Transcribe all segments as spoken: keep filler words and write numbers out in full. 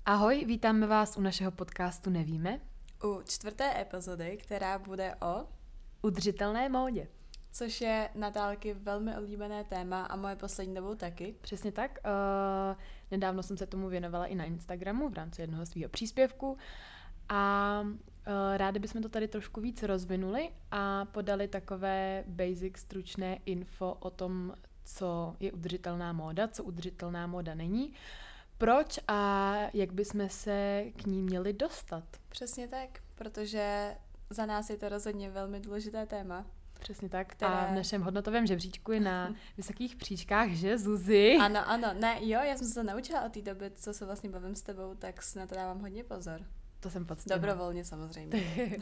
Ahoj, vítáme vás u našeho podcastu Nevíme. U čtvrté epizody, která bude o udržitelné módě. Což je Natálky velmi oblíbené téma a moje poslední dobou taky. Přesně tak. Uh, nedávno jsem se tomu věnovala i na Instagramu v rámci jednoho svého příspěvku a uh, rádi bychom to tady trošku víc rozvinuli a podali takové basic stručné info o tom, co je udržitelná móda, co udržitelná móda není, proč a jak bychom se k ní měli dostat. Přesně tak, protože za nás je to rozhodně velmi důležité téma. Přesně tak. Které... A v našem hodnotovém žebříčku je na vysokých příčkách, že Zuzi? Ano, ano. Ne, jo, já jsem se to naučila od té doby, co se vlastně bavím s tebou, tak si na to dávám hodně pozor. To jsem poctivá. Dobrovolně samozřejmě.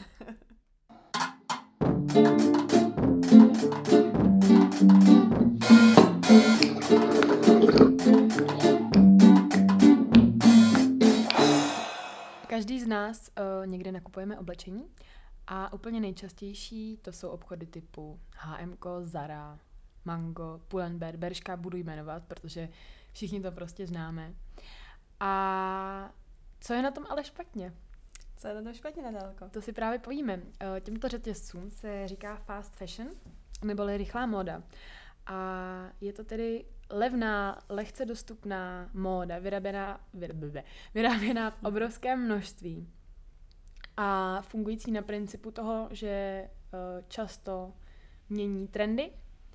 Každý z nás uh, někde nakupujeme oblečení a úplně nejčastější to jsou obchody typu há em ko, Zara, Mango, Pull&Bear, Bershka budu jmenovat, protože všichni to prostě známe. A co je na tom ale špatně? Co je na tom špatně, Natálko? To si právě povíme. Uh, těmto řetězcům se říká fast fashion, neboli rychlá móda. A je to tedy levná, lehce dostupná móda, vyráběná, vyráběná v obrovském množství a fungující na principu toho, že často mění trendy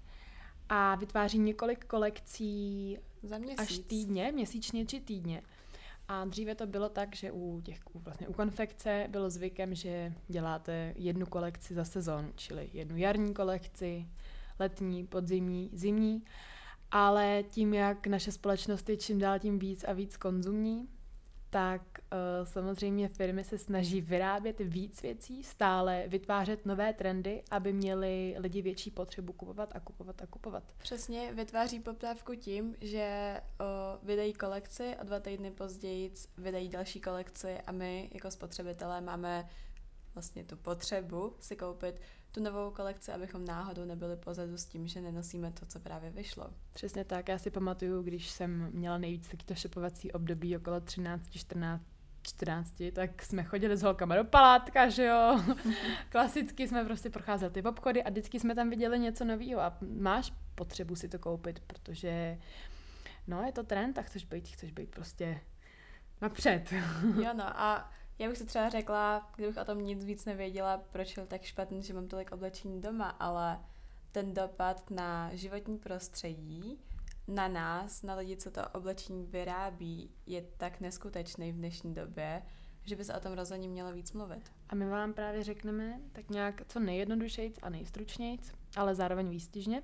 a vytváří několik kolekcí za měsíc. Až týdně, měsíčně či týdně. A dříve to bylo tak, že u těch vlastně u konfekce bylo zvykem, že děláte jednu kolekci za sezónu, čili jednu jarní kolekci, letní, podzimní, zimní, ale tím, jak naše společnost je čím dál tím víc a víc konzumní, tak uh, samozřejmě firmy se snaží vyrábět víc věcí, stále vytvářet nové trendy, aby měli lidi větší potřebu kupovat a kupovat a kupovat. Přesně, vytváří poptávku tím, že o, vydají kolekci a dva týdny později vydají další kolekci a my jako spotřebitelé máme vlastně tu potřebu si koupit tu novou kolekci, abychom náhodou nebyli pozadu s tím, že nenosíme to, co právě vyšlo. Přesně tak, já si pamatuju, když jsem měla nejvíc taky to šopovací období okolo třináct, čtrnáct, čtrnáct, tak jsme chodili s holkama do palátka, že jo. Klasicky jsme prostě procházeli ty obchody a vždycky jsme tam viděli něco nového a máš potřebu si to koupit, protože no, je to trend a chceš být, chceš být prostě napřed. Jo no a já bych si třeba řekla, kdybych o tom nic víc nevěděla, proč je tak špatný, že mám tolik oblečení doma, ale ten dopad na životní prostředí, na nás, na lidi, co to oblečení vyrábí, je tak neskutečný v dnešní době, že by se o tom rozhodně mělo víc mluvit. A my vám právě řekneme tak nějak co nejjednodušejc a nejstručnějc, ale zároveň výstižně,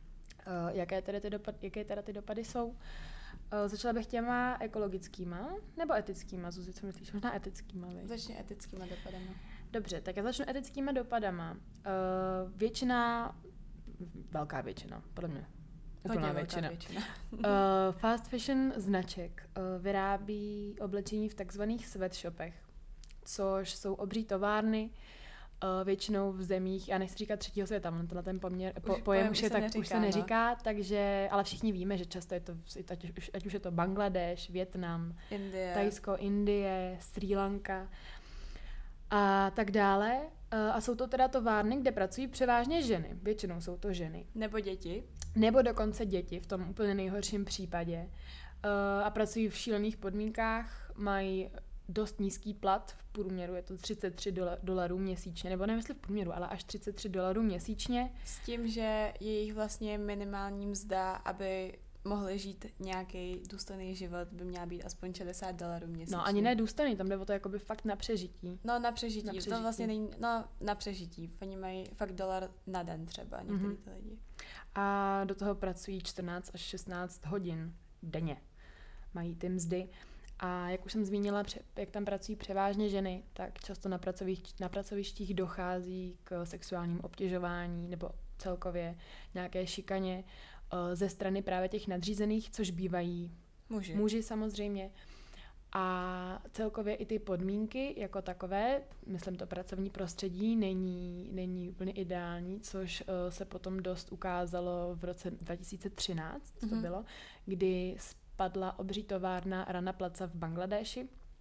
jaké tedy ty dopady, jaké teda ty dopady jsou. Začala bych těma ekologickýma nebo etickýma, Zuzi, co myslíš? Možná etickýma, víš? Začni etickýma dopadama. Dobře, tak já začnu etickýma dopadama. Uh, většina, velká většina, podle mě, úplná většina. většina. uh, fast fashion značek uh, vyrábí oblečení v takzvaných sweatshopech, což jsou obří továrny, Uh, většinou v zemích, já nechci říkat třetího světa, tenhle ten poměr, po, pojem, pojem už, je, tak, neříká, už se neříká, no. Takže, ale všichni víme, že často je to, ať už, ať už je to Bangladeš, Vietnam, Indie. Thajsko, Indie, Srí Lanka a tak dále. Uh, a jsou to teda továrny, kde pracují převážně ženy, většinou jsou to ženy. Nebo děti. Nebo dokonce děti, v tom úplně nejhorším případě. Uh, a pracují v šílených podmínkách, mají dost nízký plat, v průměru je to třicet tři dolarů měsíčně, nebo nevím, jestli v průměru, ale až třicet tři dolarů měsíčně. S tím, že jejich vlastně minimální mzda, aby mohli žít nějaký důstojný život, by měla být aspoň šedesát dolarů měsíčně. No ani ne důstojný, tam jde o to jakoby fakt na přežití. No na přežití, na přežití. To vlastně není, no na přežití, oni mají fakt dolar na den třeba, některý mm-hmm. ty lidi. A do toho pracují čtrnáct až šestnáct hodin denně, mají ty mzdy. A jak už jsem zmínila, jak tam pracují převážně ženy, tak často na, pracovišť, na pracovištích dochází k sexuálním obtěžování nebo celkově nějaké šikaně ze strany právě těch nadřízených, což bývají muži, muži samozřejmě. A celkově i ty podmínky jako takové, myslím to pracovní prostředí, není, není úplně ideální, což uh, se potom dost ukázalo v roce dva tisíce třináct, mm-hmm. to bylo, kdy spadla obří továrna Rana Plaza v Bangladeši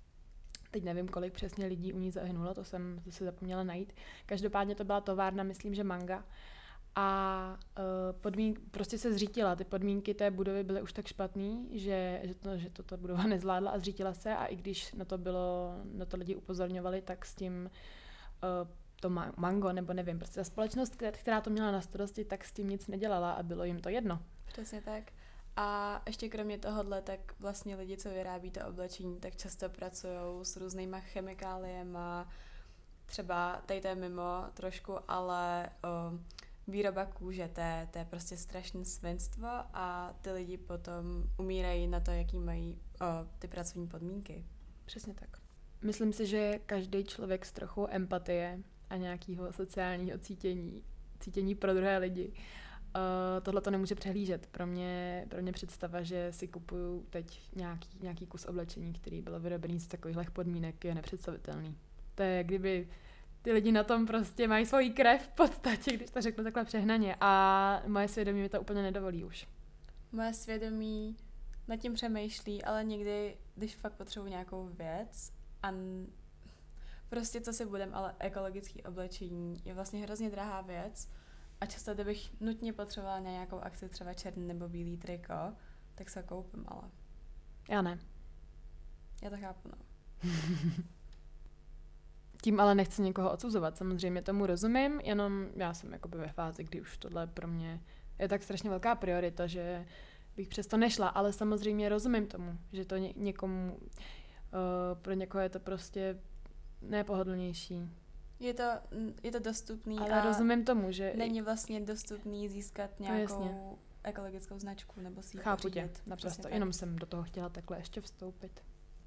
Teď nevím, kolik přesně lidí u ní zahynulo, to jsem to si zapomněla najít. Každopádně to byla továrna, myslím, že Manga. A uh, podmínky, prostě se zřítila. Ty podmínky té budovy byly už tak špatný, že, že, to, že to ta budova nezvládla a zřítila se. A i když na to bylo, na to lidi upozorňovali, tak s tím uh, to Mango, nebo nevím, prostě ta společnost, která to měla na starosti, tak s tím nic nedělala a bylo jim to jedno. Přesně tak. A ještě kromě tohohle, tak vlastně lidi, co vyrábí to oblečení, tak často pracují s různýma chemikáliema, třeba tady to je mimo trošku, ale o, výroba kůže, to je, to je prostě strašné svinstvo a ty lidi potom umírají na to, jaký mají o, ty pracovní podmínky. Přesně tak. Myslím si, že každý člověk s trochou empatie a nějakého sociálního cítění, cítění pro druhé lidi, Uh, tohle to nemůže přehlížet. Pro mě, pro mě představa, že si kupuju teď nějaký, nějaký kus oblečení, který byl vyrobený z takových podmínek, je nepředstavitelný. To je, kdyby ty lidi na tom prostě mají svoji krev v podstatě, když to řeknu takhle přehnaně. A moje svědomí mi to úplně nedovolí už. Moje svědomí nad tím přemýšlí, ale někdy, když fakt potřebuji nějakou věc a n- prostě co si budem, ale ekologické oblečení je vlastně hrozně drahá věc, a často, kdybych nutně potřebovala na nějakou akci třeba černý nebo bílý triko, tak se koupím, ale... Já ne. Já to chápu, no. Tím ale nechci někoho odsuzovat, samozřejmě tomu rozumím, jenom já jsem jakoby ve fázi, kdy už tohle pro mě je tak strašně velká priorita, že bych přesto nešla, ale samozřejmě rozumím tomu, že to ně- někomu, uh, pro někoho je to prostě nepohodlnější. Je to, je to dostupný, ale a rozumím tomu, že není vlastně dostupný získat nějakou ekologickou značku nebo si ji chápu pořídit. tě, naprosto, jenom jsem do toho chtěla takhle ještě vstoupit.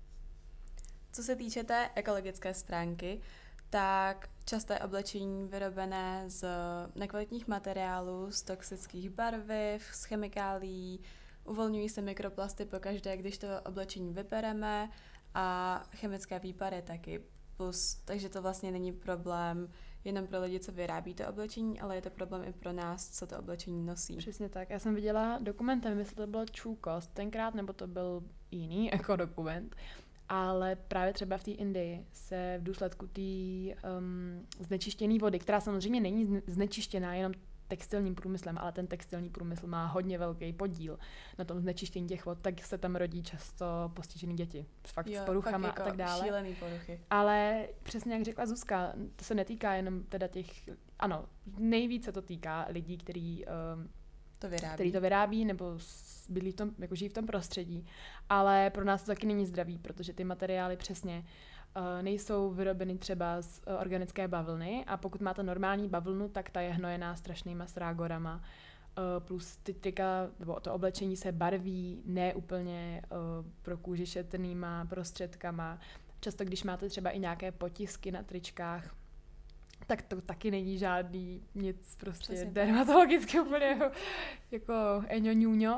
Co se týče té ekologické stránky, tak časté oblečení vyrobené z nekvalitních materiálů, z toxických barviv, z chemikálií, uvolňují se mikroplasty pokaždé, když to oblečení vypereme a chemické výpary taky. Plus, takže to vlastně není problém jenom pro lidi, co vyrábí to oblečení, ale je to problém i pro nás, co to oblečení nosí. Přesně tak. Já jsem viděla dokumentem, jestli to bylo True Cost tenkrát, nebo to byl jiný ekodokument, ale právě třeba v té Indii se v důsledku té um, znečištěné vody, která samozřejmě není znečištěná jenom textilním průmyslem, ale ten textilní průmysl má hodně velký podíl na tom znečištění těch vod, tak se tam rodí často postižený děti. Fakt jo, s poruchama fakt jako a tak dále. Šílený poruchy. Ale přesně jak řekla Zuzka, to se netýká jenom teda těch, ano, nejvíce to týká lidí, který um, to vyrábí. který to vyrábí nebo bydlí v tom, jako žijí v tom prostředí, ale pro nás to taky není zdravý, protože ty materiály přesně uh, nejsou vyrobeny třeba z uh, organické bavlny a pokud máte normální bavlnu, tak ta je hnojená strašnýma srágorama. Uh, plus ty trika, nebo to oblečení se barví ne úplně uh, pro kůži šetrnýma prostředkama. Často, když máte třeba i nějaké potisky na tričkách, tak to taky není žádný nic prostě Přesně dermatologicky úplně jako, jako eňo ňuňo.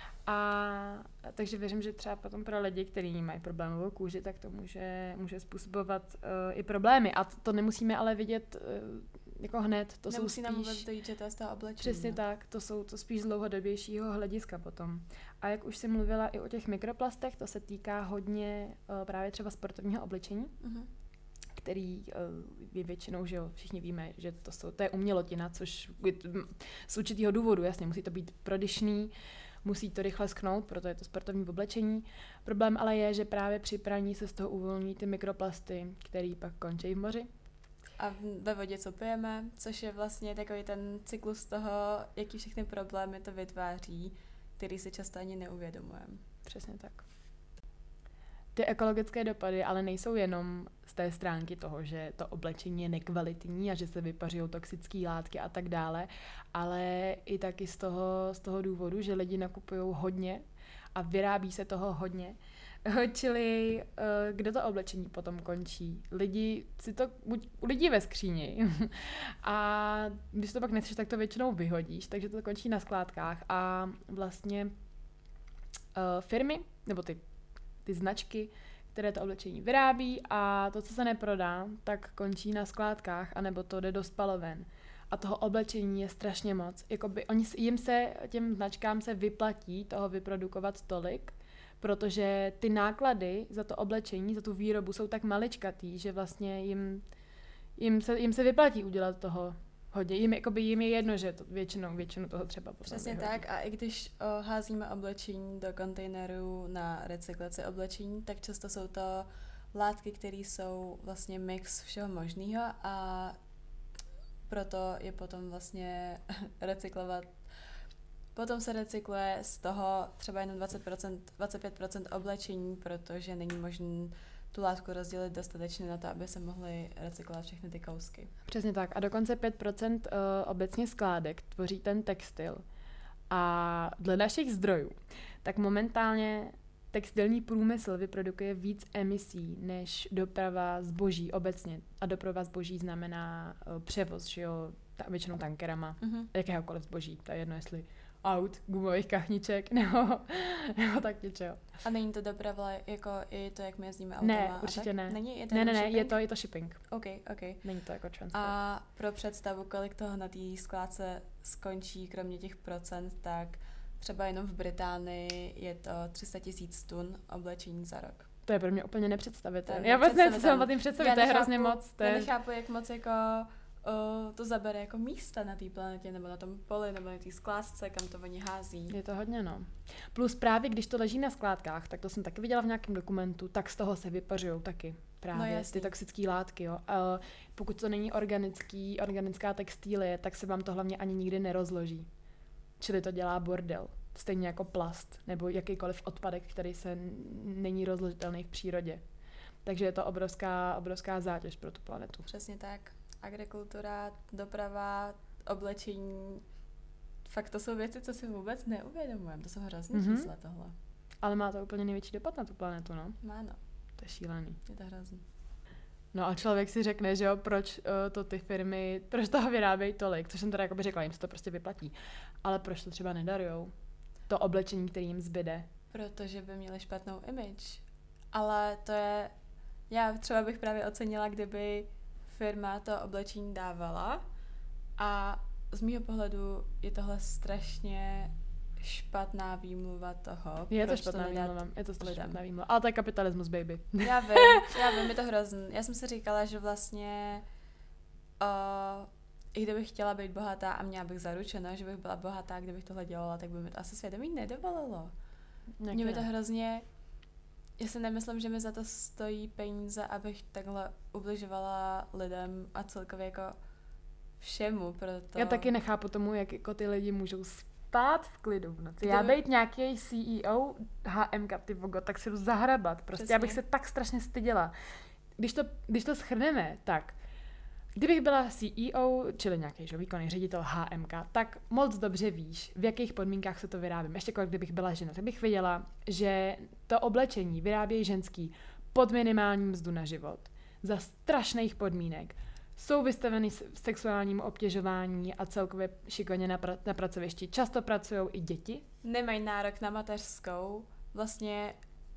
A takže věřím, že třeba potom pro lidi, kteří mají problémovou kůži, tak to může, může způsobovat uh, i problémy. A to, to nemusíme ale vidět uh, jako hned. To Nemusí jsou nám spíš, vůbec dojít, že to je z toho oblečení. přesně no. tak, to jsou to spíš z dlouhodobějšího hlediska potom. A jak už jsem mluvila i o těch mikroplastech, to se týká hodně uh, právě třeba sportovního oblečení. Uh-huh. Který je většinou, že jo, všichni víme, že to, jsou, to je umělotina, což z určitého důvodu, jasně, musí to být prodyšný, musí to rychle schnout, proto je to sportovní oblečení. Problém ale je, že právě při praní se z toho uvolní ty mikroplasty, které pak končí v moři. A ve vodě, co pijeme, což je vlastně takový ten cyklus toho, jaký všechny problémy to vytváří, který si často ani neuvědomujeme. Přesně tak. Ty ekologické dopady ale nejsou jenom z té stránky toho, že to oblečení je nekvalitní a že se vypařují toxické látky a tak dále, ale i taky z toho, z toho důvodu, že lidi nakupují hodně a vyrábí se toho hodně. Čili kde to oblečení potom končí? Lidi si to, buď u lidí ve skříni a když to pak nechceš, tak to většinou vyhodíš, takže to končí na skládkách a vlastně uh, firmy, nebo ty ty značky, které to oblečení vyrábí a to, co se neprodá, tak končí na skládkách anebo to jde do spaloven. A toho oblečení je strašně moc. Jakoby oni, jim se, těm značkám se vyplatí toho vyprodukovat tolik, protože ty náklady za to oblečení, za tu výrobu jsou tak maličkatý, že vlastně jim, jim, se, jim se vyplatí udělat toho hodně. Jim, jakoby, jim je jedno, že to většinou, většinu toho třeba potom Přesně vyhodí. tak, a i když o, házíme oblečení do kontejnerů na recyklaci oblečení, tak často jsou to látky, které jsou vlastně mix všeho možného a proto je potom vlastně recyklovat. Potom se recykluje z toho třeba jenom dvacet procent, dvacet pět procent oblečení, protože není možné tu látku rozdělit dostatečně na to, aby se mohly recyklovat všechny ty kousky. Přesně tak. A dokonce pět procent uh, obecně skládek tvoří ten textil. A dle našich zdrojů, tak momentálně textilní průmysl vyprodukuje víc emisí než doprava zboží obecně. A doprava zboží znamená uh, převoz, že jo, ta, většinou tankerama, Mm-hmm. jakéhokoliv zboží. To je jedno, jestli aut, gumových kachniček nebo, nebo tak něčeho. A není to doprava jako i to, jak my jezdíme autama? Ne, a určitě tak? ne. Není? Je to Ne, ne, jenom ne, je shipping? to, je to shipping. OK, OK. Není to jako transport. A pro představu, kolik toho na té skládce skončí, kromě těch procent, tak třeba jenom v Británii je to tři sta tisíc tun oblečení za rok. To je pro mě úplně nepředstavitelné. To je Já vůbec nevím, co nepředstavitelné. jsem o tím představit, Já to je nechápu- hrozně moc. To Já je... nechápu, jak moc jako uh, to zabere jako místa na té planetě, nebo na tom poli, nebo na té skládce, kam to oni hází. Je to hodně, no. Plus právě, když to leží na skládkách, tak to jsem taky viděla v nějakém dokumentu, tak z toho se vypařují taky právě No, ty toxické látky, jo. A pokud to není organický, organická textilie, tak se vám to hlavně ani nikdy nerozloží. Čili to dělá bordel. Stejně jako plast, nebo jakýkoliv odpadek, který se n- není rozložitelný v přírodě. Takže je to obrovská, obrovská zátěž pro tu planetu. Přesně tak. Agrikultura, doprava, oblečení. Fakt to jsou věci, co si vůbec neuvědomujeme. To jsou hrozný Mhm. čísla tohle. Ale má to úplně největší dopad na tu planetu, no. Má no, To je šílený. je to hrozný. No a člověk si řekne, že jo, proč uh, to ty firmy, proč toho vyrábějí tolik, což jsem teda jakoby řekla, jim se to prostě vyplatí. Ale proč to třeba nedarujou? To oblečení, který jim zbyde. Protože by měli špatnou image. Ale to je... Já třeba bych právě ocenila, kdyby firma to oblečení dávala a z mýho pohledu je tohle strašně špatná výmluva toho. Je to proč špatná nedat výmluva, je to strašně lidem. špatná výmluva. Ale to je kapitalismus, baby. Já vím, já vím, je to hrozný. Já jsem si říkala, že vlastně uh, i kdybych chtěla být bohatá a měla bych zaručeno, že bych byla bohatá, kdybych tohle dělala, tak by mi to asi svědomí nedovolilo. Mně mi to hrozně... Já si nemyslím, že mi za to stojí peníze, abych takhle ubližovala lidem a celkově jako všemu, proto... Já taky nechápu tomu, jak jako ty lidi můžou spát v klidu v noci. Kdyby- Já být nějaký C E O H M K, ty vogo, tak si jdu zahrabat. Prostě Přesně. já bych se tak strašně styděla. Když to, když to shrneme, tak kdybych byla C E O, čili nějaký že, výkonný ředitel H M K, tak moc dobře víš, v jakých podmínkách se to vyrábí. Ještě jako kdybych byla žena, tak bych věděla, že to oblečení vyrábějí ženský pod minimální mzdu na život. Za strašných podmínek. Jsou vystaveny sexuálnímu obtěžování a celkově šikaně na, pra- na pracovišti. Často pracují i děti. Nemají nárok na mateřskou. Vlastně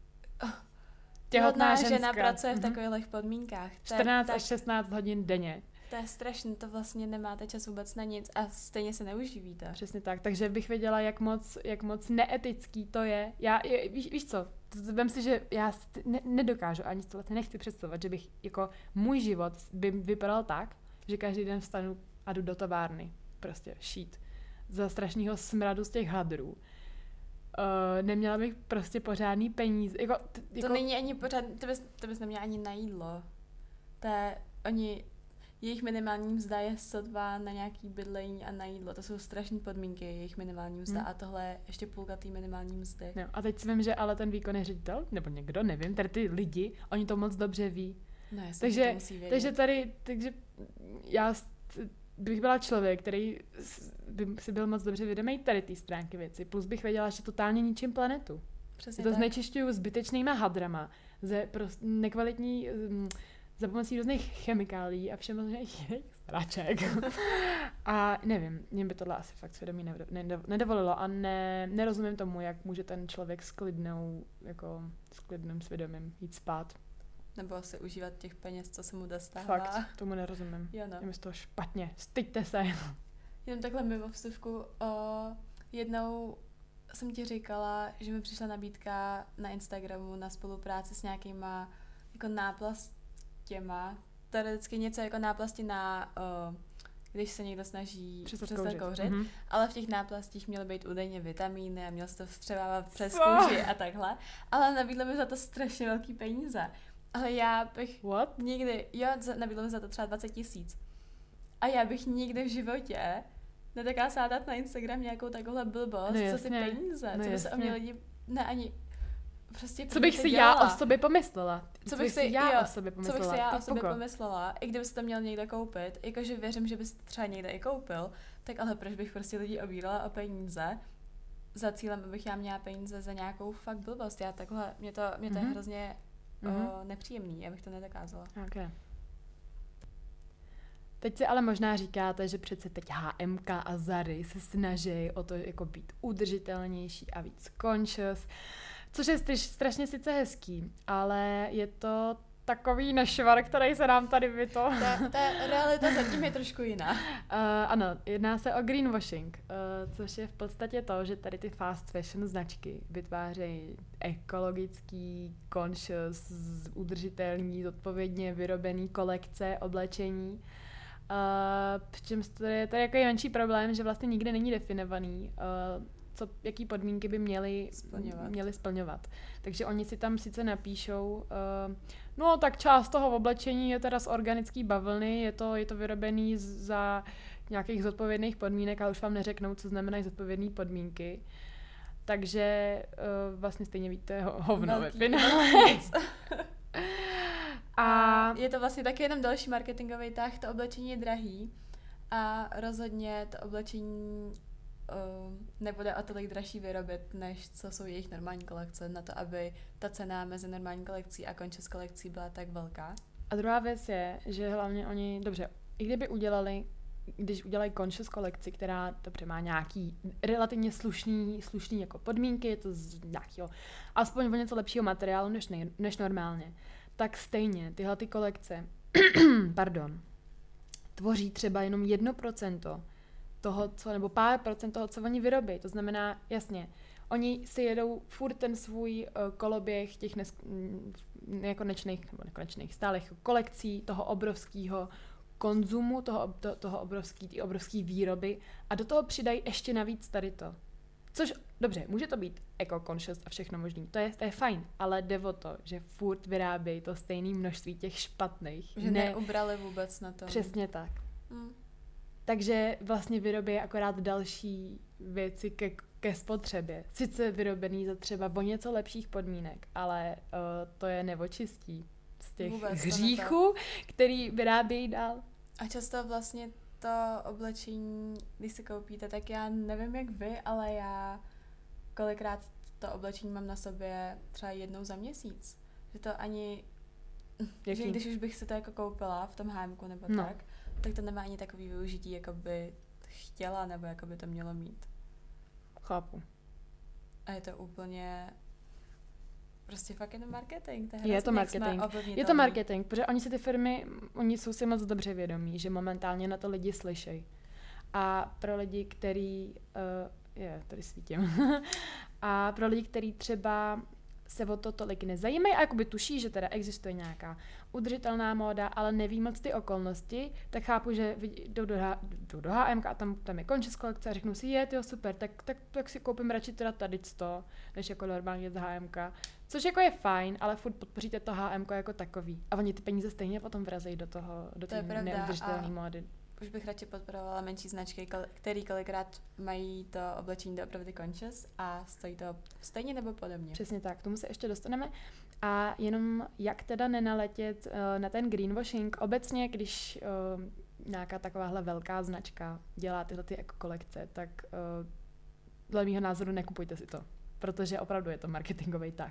Těhotná žena ženská. pracuje v Mhm. takových podmínkách. To je čtrnáct tak- až šestnáct hodin denně. To je strašné, to vlastně nemáte čas vůbec na nic a stejně se neuživíte. Přesně tak, takže bych věděla, jak moc, jak moc neetický to je. Já, je, víš, víš co, vem si, že já st- ne, nedokážu, ani si to vlastně nechci představovat, že bych, jako můj život by vypadal tak, že každý den vstanu a jdu do továrny, prostě šít, za strašného smradu z těch hadrů. Uh, neměla bych prostě pořádný peníze. Jako, t- jako, To není ani pořád, to bys, to bys neměla ani na jídlo. To je, oni, jejich minimální mzda je sotva na nějaký bydlení a na jídlo. To jsou strašné podmínky, jejich minimální mzda Hmm. a tohle je ještě půlka té minimální mzdy. No, a teď si vím, že ale ten výkonný ředitel, nebo někdo, nevím, tady ty lidi, oni to moc dobře ví. No jasně, Takže- že to musí vědět. Takže tady, takže já s- bych byla člověk, který s- by si byl moc dobře vědomý tady té stránky věci, plus bych věděla, že totálně ničím planetu. Přesně Je to tak. znečišťuju zbytečnýma hadrama, ze prost, nekvalitní, um, za pomocí různých chemikálií a všem možných jiných sraček. A nevím, mě by tohle asi fakt svědomí nedo- nedo- nedovolilo a ne, nerozumím tomu, jak může ten člověk s klidnou, jako s klidným svědomím jít spát. Nebo si užívat těch peněz, co se mu dostává. Fakt, tomu nerozumím. Jo, no. Je mi z toho špatně. Styďte se. Jenom takhle mimo vstupku, o, jednou jsem ti říkala, že mi přišla nabídka na Instagramu na spolupráci s nějakýma jako náplastěma. To je vždycky něco jako náplasti na, uh, když se někdo snaží přestat přestat kouřit, kouřit, mm-hmm. ale v těch náplastích měly být údajně vitamíny a měl se to vstřebávat přes Co? kůži a takhle. Ale nabídlo mi za to strašně velký peníze. Ale já bych What? nikdy, jo, nabídlo mi za to třeba dvacet tisíc. A já bych nikdy v životě netaká sádat na Instagram nějakou takovou blbost, No co ty peníze, no co by se o mě jasně. lidi, ne ani, prostě Co bych to si dělala. já o sobě pomyslela? Co bych si já jo, o sobě Co pomyslela? bych si já Ty o sobě poko. pomyslela, i kdyby si to měl někde koupit, jakože věřím, že bys to třeba někde i koupil, tak ale proč bych prostě lidi obírala o peníze za cílem, abych já měla peníze za nějakou fakt blbost. Já takhle, mě to, mě to Mhm. je hrozně Mhm. o, nepříjemný, já bych to nedokázala. Okay. Teď si ale možná říkáte, že přece teď H M K a Zary se snaží o to jako být udržitelnější a víc conscious, což je stř- strašně sice hezký, ale je to takový nešvar, který se nám tady vyto. Ta, ta realita zatím je trošku jiná. Uh, ano, jedná se o greenwashing, uh, což je v podstatě to, že tady ty fast fashion značky vytvářejí ekologický, conscious, udržitelný, zodpovědně vyrobený kolekce oblečení. Uh, přičemž to je tady jako menší problém, že vlastně nikde není definovaný, uh, co, jaký podmínky by měly Splňovat. měly splňovat. Takže oni si tam sice napíšou, uh, no tak část toho oblečení je teda z organické bavlny, je to, je to vyrobený z, za nějakých zodpovědných podmínek, ale už vám neřeknou, co znamenají zodpovědné podmínky. Takže uh, vlastně stejně víte ho, hovno ve finále. A je to vlastně taky jenom další marketingový tah, to oblečení je drahý a rozhodně to oblečení uh, nebude o tolik dražší vyrobit, než co jsou jejich normální kolekce, na to, aby ta cena mezi normální kolekcí a conscious kolekcí byla tak velká. A druhá věc je, že hlavně oni, dobře, i kdyby udělali, když udělají conscious kolekci, která dobře má nějaký relativně slušný, slušný jako podmínky, je to z nějakého, aspoň o něco lepšího materiálu než, nej, než normálně, tak stejně tyhle ty kolekce, pardon, tvoří třeba jenom jedno procento toho, co, nebo pár procent toho, co oni vyrobí. To znamená, jasně, oni si jedou furt ten svůj uh, koloběh těch nes, nekonečných, nebo nekonečných stálých kolekcí, toho obrovského konzumu, toho, to, toho obrovský, ty obrovský výroby a do toho přidají ještě navíc tady to. Což, dobře, může to být eco-conscious a všechno možný, to je, to je fajn, ale jde o to, že furt vyrábějí to stejné množství těch špatných. Že ne, neubrali vůbec na to. Přesně tak. Hmm. Takže vlastně vyrobí akorát další věci ke, ke spotřebě. Sice vyrobený za třeba o něco lepších podmínek, ale uh, to je neočistí z těch Vůbec to hříchů, který vyrábějí dál. A často vlastně to oblečení, když si koupíte, tak já nevím jak vy, ale já kolikrát to oblečení mám na sobě třeba jednou za měsíc. Že to ani, Jaký? že když už bych si to jako koupila v tom hájemku nebo No. tak, tak to nemá ani takový využití, jako by chtěla, nebo jako by to mělo mít. Chápu. A je to úplně prostě fakt jenom marketing. To je, Je to hrozný, jak jsme marketing. Je ovlivnitelní. to marketing, protože oni si ty firmy, oni jsou si moc dobře vědomí, že momentálně na to lidi slyšejí. A pro lidi, který, uh, je, tady svítím, a pro lidi, který třeba se o to tolik nezajímají a jakoby tuší, že teda existuje nějaká udržitelná móda, ale neví moc ty okolnosti, tak chápu, že jdou do, jdou do H M K a tam, tam je conscious kolekce a řeknou si, je, tyjo, super, tak, tak, tak si koupím radši teda tady sto, než jako normálně z H M K. Což jako je fajn, ale furt podpoříte to H M K jako takový. A oni ty peníze stejně potom vrazejí do toho, do té neudržitelné módy. Už bych radši podporovala menší značky, který kolikrát mají to oblečení doopravdy conscious a stojí to stejně nebo podobně. Přesně tak, k tomu se ještě dostaneme. A jenom jak teda nenaletět uh, na ten greenwashing, obecně, když uh, nějaká takováhle velká značka dělá tyhle ty ekokolekce, tak uh, dle mýho názoru nekupujte si to, protože opravdu je to marketingový tah.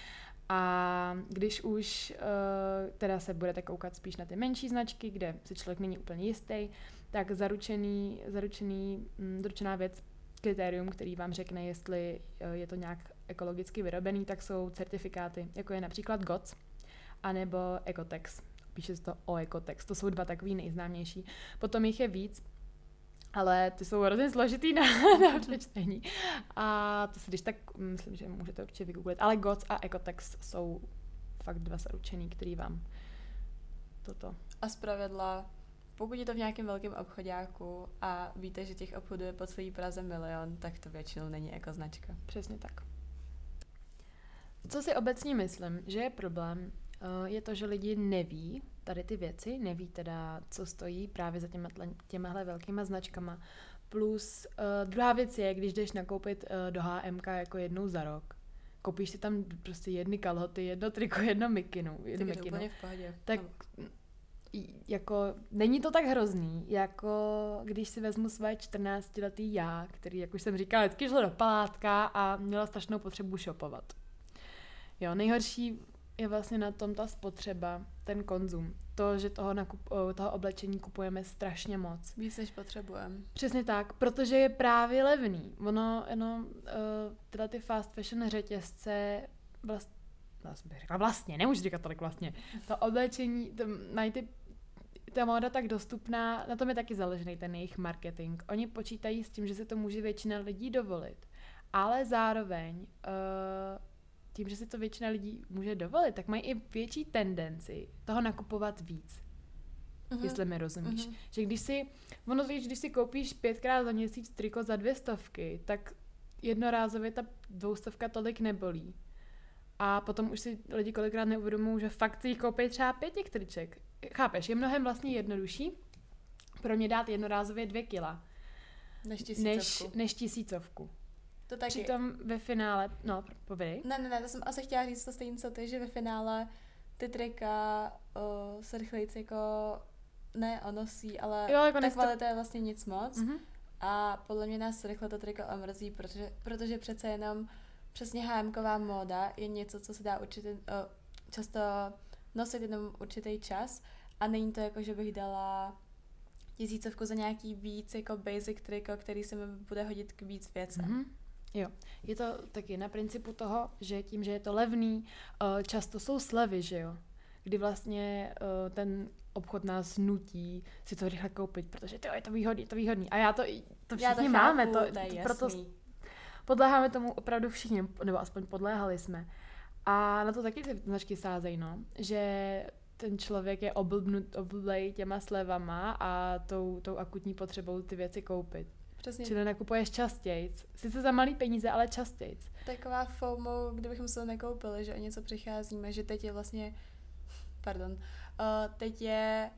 A když už uh, teda se budete koukat spíš na ty menší značky, kde si člověk není úplně jistý, tak zaručený, zaručený, m, zaručená věc, kritérium, který vám řekne, jestli uh, je to nějak ekologicky vyrobený, tak jsou certifikáty, jako je například G O T S, anebo Ecotex. Píše se to o Ecotex, to jsou dva takový nejznámější. Potom jich je víc ale ty jsou hrozně složitý na, na přečtení. A to si když tak, myslím, že můžete určitě vygooglit. Ale G O T S a Ecotext jsou fakt dva zaručený, který vám toto. A zpravidla, pokud je to v nějakém velkém obchodáku a víte, že těch obchodů je po celý Praze milion, tak to většinou není ekoznačka. Přesně tak. Co si obecně myslím, že je problém, je to, že lidi neví tady ty věci, neví teda, co stojí právě za těma, těmahle velkýma značkama. Plus uh, druhá věc je, když jdeš nakoupit uh, do H M K jako jednou za rok, koupíš si tam prostě jedny kalhoty, jedno triko, jedno mikinu, jedno tak je to mikinu, úplně v pohodě. tak no. jako není to tak hrozný, jako když si vezmu své čtrnáctiletý já, který, jak už jsem říkala, vždycky šlo do palátka a měla strašnou potřebu shopovat. Jo, nejhorší je vlastně na tom ta spotřeba, ten konzum. To, že toho, nakup, toho oblečení kupujeme strašně moc. Víc, než potřebujeme. Přesně tak, protože je právě levný. Ono, ono tyhle ty fast fashion řetězce vlast, vlastně bych řekla vlastně, nemůžu říkat tolik vlastně. To oblečení, to, mají ty, ta móda tak dostupná, na tom je taky založený ten jejich marketing. Oni počítají s tím, že se to může většina lidí dovolit. Ale zároveň uh, tím, že si to většina lidí může dovolit, tak mají i větší tendenci toho nakupovat víc. Uh-huh. Jestli mi rozumíš. Uh-huh. Že když si, ono víš, když si koupíš pětkrát za měsíc triko za dvě stovky, tak jednorázově ta dvoustovka tolik nebolí. A potom už si lidi kolikrát neuvědomují, že fakt si jich koupí třeba pět těch triček. Chápeš, je mnohem vlastně jednodušší pro mě dát jednorázově dvě kila. Než tisícovku. Než, než tisícovku. To taky. Přitom ve finále, no, povědej. Ne, ne, ne, to jsem asi chtěla říct to stejně co ty, že ve finále ty trika o, se rychlejc jako ne onosí, ale jo, jako ta nesta... kvalita je vlastně nic moc. Mm-hmm. A podle mě nás rychle to triko omrzí, protože, protože přece jenom přesně há emková móda je něco, co se dá určitý, o, často nosit jenom určitý čas a není to jako, že bych dala tisícovku za nějaký víc jako basic triko, který se mi bude hodit k víc věcem. Mm-hmm. Jo, je to taky na principu toho, že tím, že je to levný, často jsou slevy, že jo, kdy vlastně ten obchod nás nutí si to rychle koupit, protože to je to výhodný, je to výhodný. A já to, to všichni já to máme, chápu, to, to je proto podléháme tomu opravdu všichni, nebo aspoň podléhali jsme. A na to taky ty značky sázejí, no, že ten člověk je oblbnut, oblblej těma slevama a tou, tou akutní potřebou ty věci koupit. Přesně. Čili nakupuješ častějc. Sice za malý peníze, ale častějc. Taková FOMO, kdybychom se to nekoupili, že o něco přicházíme, že teď je vlastně, pardon, uh, teď je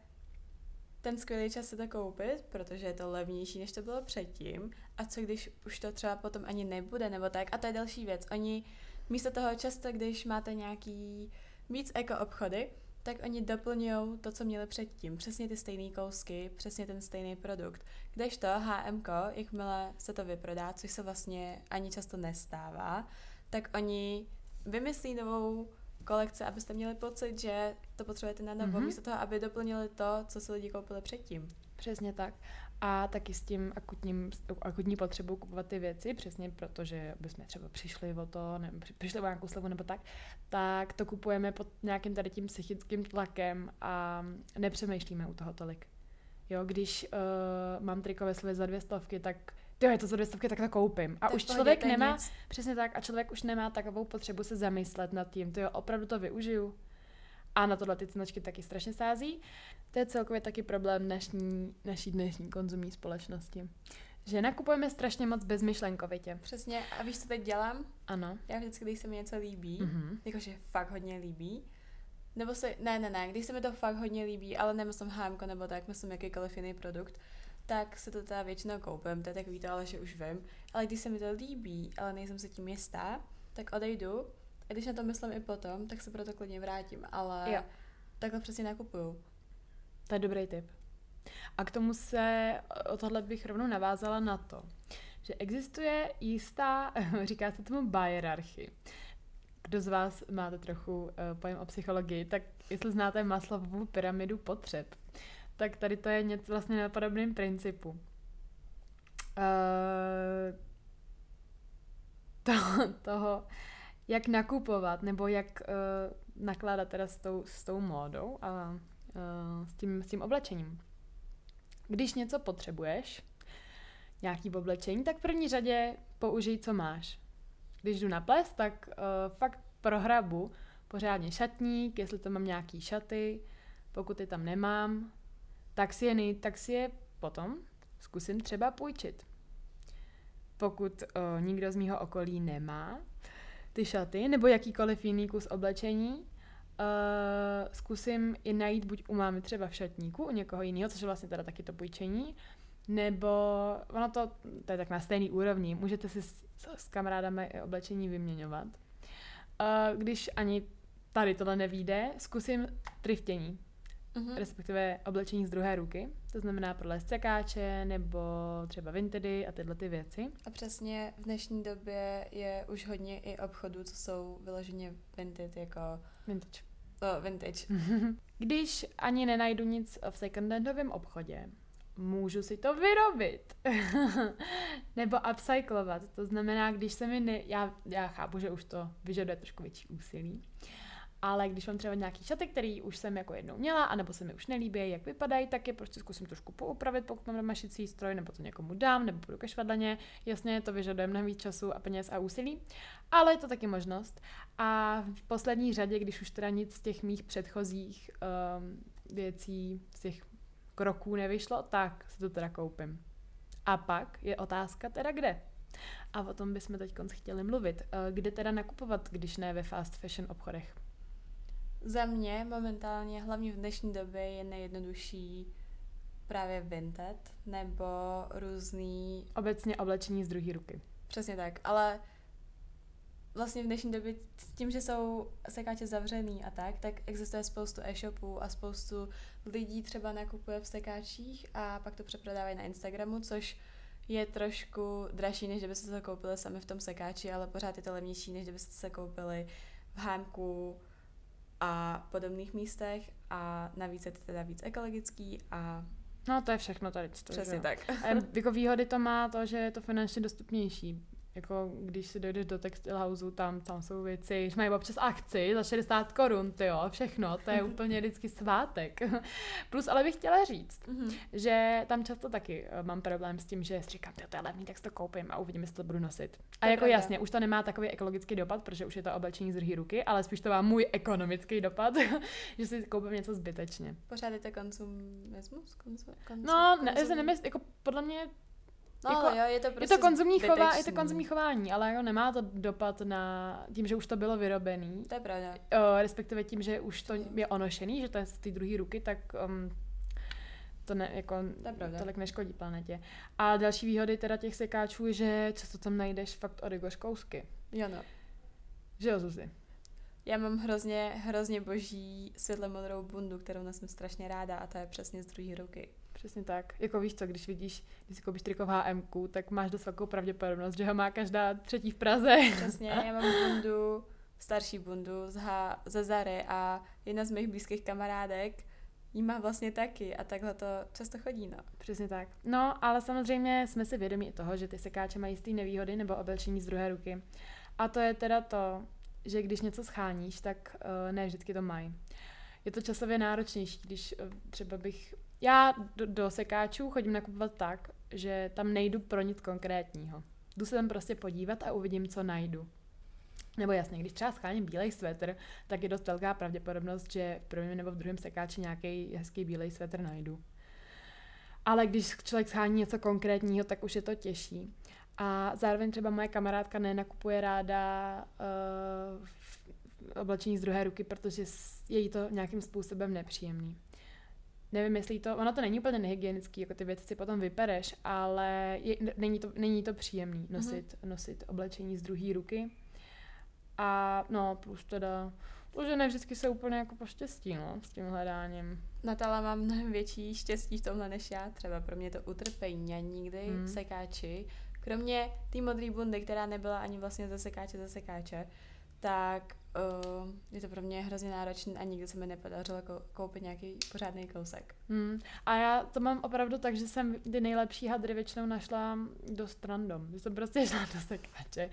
ten skvělý čas si to koupit, protože je to levnější, než to bylo předtím. A co když už to třeba potom ani nebude, nebo tak. A to je další věc. Oni místo toho často, když máte nějaký víc eko obchody, tak oni doplňují to, co měli předtím. Přesně ty stejné kousky, přesně ten stejný produkt. Kdežto há em ko, jakmile se to vyprodá, což se vlastně ani často nestává, tak oni vymyslí novou kolekci, abyste měli pocit, že to potřebujete na novo, mm-hmm. místo toho, aby doplnili to, co si lidi koupili předtím. Přesně tak. A taky s tím akutním, akutní potřebou kupovat ty věci, přesně protože bychom třeba přišli o to, nebo přišli o nějakou slevu nebo tak, tak to kupujeme pod nějakým tady tím psychickým tlakem a nepřemýšlíme u toho tolik. Jo, když uh, mám triko ve slevě za dvě stovky, tak jo, je to za dvě stovky, tak to koupím. A tak už člověk nemá, nic. Přesně tak, a člověk už nemá takovou potřebu se zamyslet nad tím, to jo, opravdu to využiju. A na tohle ty značky taky strašně sází. To je celkově taky problém dnešní, naší dnešní konzumní společnosti. Že nakupujeme strašně moc bezmyšlenkovitě. Přesně. A víš, co teď dělám? Ano. Já vždycky, když se mi něco líbí, mm-hmm. jakože fakt hodně líbí, nebo se, ne, ne, ne, když se mi to fakt hodně líbí, ale nemyslím há emko nebo tak, myslím jakýkoliv jiný produkt, tak se to teda většinou koupím, to je takový to, ale že už vím. Ale když se mi to líbí, ale nejsem se tím jistá, tak odejdu. A když na to myslím i potom, tak se proto klidně vrátím, ale jo. Takhle přesně nakupuju. To je dobrý tip. A k tomu se, o tohle bych rovnou navázala na to, že existuje jistá, říká se tomu hierarchii. Kdo z vás máte trochu uh, pojem o psychologii, tak jestli znáte Maslowovu pyramidu potřeb, tak tady to je něco vlastně na podobném principu. Uh, to, toho, jak nakupovat, nebo jak uh, nakládat teda s tou, s tou módou a uh, s, tím, s tím oblečením. Když něco potřebuješ, nějaký oblečení, tak v první řadě použij, co máš. Když jdu na ples, tak uh, fakt prohrabu pořádně šatník, jestli to mám nějaký šaty, pokud je tam nemám, tak si je, nej, tak si je potom zkusím třeba půjčit. Pokud uh, nikdo z mýho okolí nemá ty šaty nebo jakýkoliv jiný kus oblečení, uh, zkusím i najít buď u mámy třeba v šatníku, u někoho jiného, což je vlastně teda taky to půjčení, nebo ono to, to je tak na stejný úrovni, můžete si s, s kamarádami oblečení vyměňovat. Uh, když ani tady tohle nevíde, zkusím thriftění, mm-hmm. respektive oblečení z druhé ruky, to znamená pro sekáče nebo třeba Vintedy a tyhle ty věci. A přesně v dnešní době je už hodně i obchodů, co jsou vyloženě vintage, jako... Vintage. Oh, vintage. Když ani nenajdu nic v secondhandovém obchodě, můžu si to vyrobit. Nebo upcyclovat. To znamená, když se mi ne... Já, já chápu, že už to vyžaduje trošku větší úsilí. Ale když mám třeba nějaký šaty, který už jsem jako jednou měla, anebo se mi už nelíbí, jak vypadají, tak je prostě zkusím trošku poupravit, pokud mám doma šicí stroj, nebo to někomu dám, nebo půjdu ke švadlaně. Jasně, to vyžaduje mnohem víc času a peněz a úsilí, ale je to taky možnost. A v poslední řadě, když už teda nic z těch mých předchozích um, věcí, z těch kroků nevyšlo, tak si to teda koupím. A pak je otázka teda kde. A o tom bychom teď chtěli mluvit. Kde teda nakupovat, když ne ve fast fashion obchodech? Za mě momentálně, hlavně v dnešní době, je nejjednodušší právě Vinted nebo různý... Obecně oblečení z druhé ruky. Přesně tak, ale vlastně v dnešní době s tím, že jsou sekáče zavřený a tak, tak existuje spoustu e-shopů a spoustu lidí třeba nakupuje v sekáčích a pak to přeprodávají na Instagramu, což je trošku dražší, než kdybyste to koupili sami v tom sekáči, ale pořád je to levnější, než kdybyste se koupili v Hámku a podobných místech a navíc je to teda víc ekologický a... No to je všechno tady. To, přesně že? tak. A jako výhody to má to, že je to finančně dostupnější. Jako když si dojdeš do Textile Houseu, tam, tam jsou věci, že mají občas akci za šedesát korun, tyjo, všechno, to je úplně vždycky svátek. Plus ale bych chtěla říct, mm-hmm. že tam často taky mám problém s tím, že si říkám, to je levný, tak si to koupím a uvidím, jestli to budu nosit. A to jako pravda. Jasně, už to nemá takový ekologický dopad, protože už je to oblečení z druhé ruky, ale spíš to má můj ekonomický dopad, že si koupím něco zbytečně. Pořád je to konzumismus? Konzum, konzum, no, ne, se nemysl, jako podle mě No, jako, jo, je to prostě je to konzumní chová, je to konzumní chování, ale jako nemá to dopad na tím, že už to bylo vyrobený. To je pravda. O, respektive tím, že už to je onošený, že to je z té druhé ruky, tak um, to ne, jako to tolik neškodí planetě. A další výhody teda těch sekáčů je, že často tam najdeš fakt origoš kousky. Jo no. Že jo, Zuzi? Já mám hrozně, hrozně boží světle modrou bundu, kterou nosím strašně ráda a to je přesně z druhé ruky. Přesně tak. Jako víš co, když vidíš, když si koupíš triko v há emku, tak máš dost velkou pravděpodobnost, že ho má každá třetí v Praze. Přesně, já mám bundu, starší bundu z H, ze Zary a jedna z mých blízkých kamarádek jí má vlastně taky a takhle to často chodí, no. Přesně tak. No, ale samozřejmě jsme si vědomí toho, že ty sekáče mají jistý nevýhody nebo oblečení z druhé ruky. A to je teda to, že když něco scháníš, tak uh, ne vždycky to mají. Je to časově náročnější, když uh, třeba bych... Já do, do sekáčů chodím nakupovat tak, že tam nejdu pro nic konkrétního. Jdu se tam prostě podívat a uvidím, co najdu. Nebo jasně, když třeba scháním bílej svetr, tak je dost velká pravděpodobnost, že v prvním nebo v druhém sekáči nějaký hezký bílej svetr najdu. Ale když člověk schání něco konkrétního, tak už je to těžší. A zároveň třeba moje kamarádka nenakupuje ráda uh, oblečení z druhé ruky, protože je jí to nějakým způsobem nepříjemný. Nevím, jestli to, ono to není úplně nehygienický, jako ty věci si potom vypereš, ale je, není, to, není to příjemný nosit, mm-hmm. nosit oblečení z druhé ruky. A no, plus teda, to, že ne vždycky se úplně jako poštěstí, no, s tím hledáním. Natala má mnohem větší štěstí v tomhle než já, třeba pro mě to utrpení a nikdy hmm. v sekáči, kromě té modré bundy, která nebyla ani vlastně ze sekáče ze sekáče, tak uh, je to pro mě hrozně náročné a nikdy se mi nepodařilo koupit nějaký pořádný kousek. Hmm. A já to mám opravdu tak, že jsem ty nejlepší hadry většinou našla dost random, že jsem prostě šla do sekáče.